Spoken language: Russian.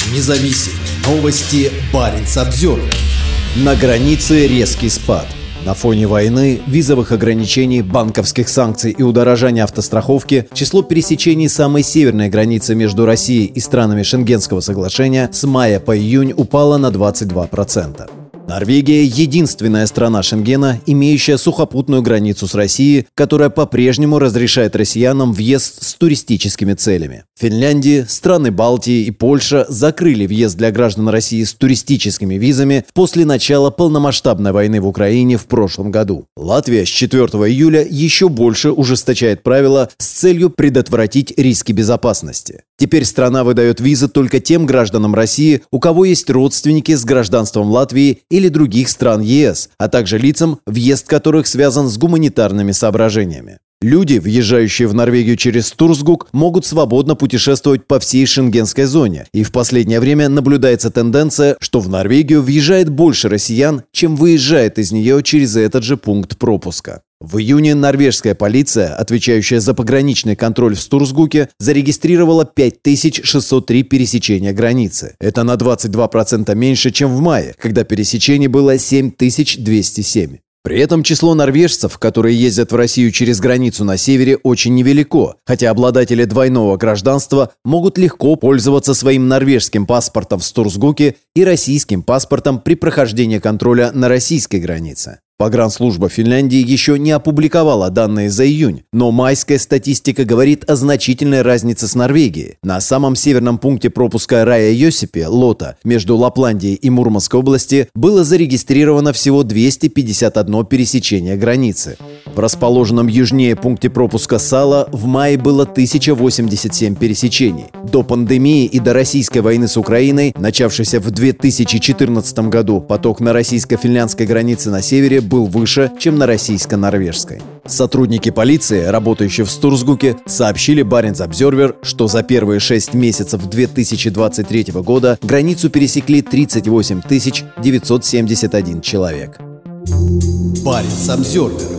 Независимые новости. Баренц-Обзервер. На границе резкий спад. На фоне войны, визовых ограничений, банковских санкций и удорожания автостраховки число пересечений самой северной границы между Россией и странами Шенгенского соглашения с мая по июнь упало на 22%. Норвегия – единственная страна Шенгена, имеющая сухопутную границу с Россией, которая по-прежнему разрешает россиянам въезд с туристическими целями. Финляндия, страны Балтии и Польша закрыли въезд для граждан России с туристическими визами после начала полномасштабной войны в Украине в прошлом году. Латвия с 4 июля еще больше ужесточает правила с целью предотвратить риски безопасности. Теперь страна выдает визы только тем гражданам России, у кого есть родственники с гражданством Латвии или других стран ЕС, а также лицам, въезд которых связан с гуманитарными соображениями. Люди, въезжающие в Норвегию через Турсгук, могут свободно путешествовать по всей шенгенской зоне, и в последнее время наблюдается тенденция, что в Норвегию въезжает больше россиян, чем выезжает из нее через этот же пункт пропуска. В июне норвежская полиция, отвечающая за пограничный контроль в Турсгуке, зарегистрировала 5603 пересечения границы. Это на 22% меньше, чем в мае, когда пересечений было 7207. При этом число норвежцев, которые ездят в Россию через границу на севере, очень невелико, хотя обладатели двойного гражданства могут легко пользоваться своим норвежским паспортом в Турсгуке и российским паспортом при прохождении контроля на российской границе. Погранслужба Финляндии еще не опубликовала данные за июнь, но майская статистика говорит о значительной разнице с Норвегией. На самом северном пункте пропуска Рая-Йосипи, Лота, между Лапландией и Мурманской области было зарегистрировано всего 251 пересечение границы. В расположенном южнее пункте пропуска Сала в мае было 1087 пересечений. До пандемии и до российской войны с Украиной, начавшейся в 2014 году, поток на российско-финляндской границе на севере был выше, чем на российско-норвежской. Сотрудники полиции, работающие в Турсгуке, сообщили Баренц-Обзервер, что за первые 6 месяцев 2023 года границу пересекли 38 971 человек. Баренц-Обзервер.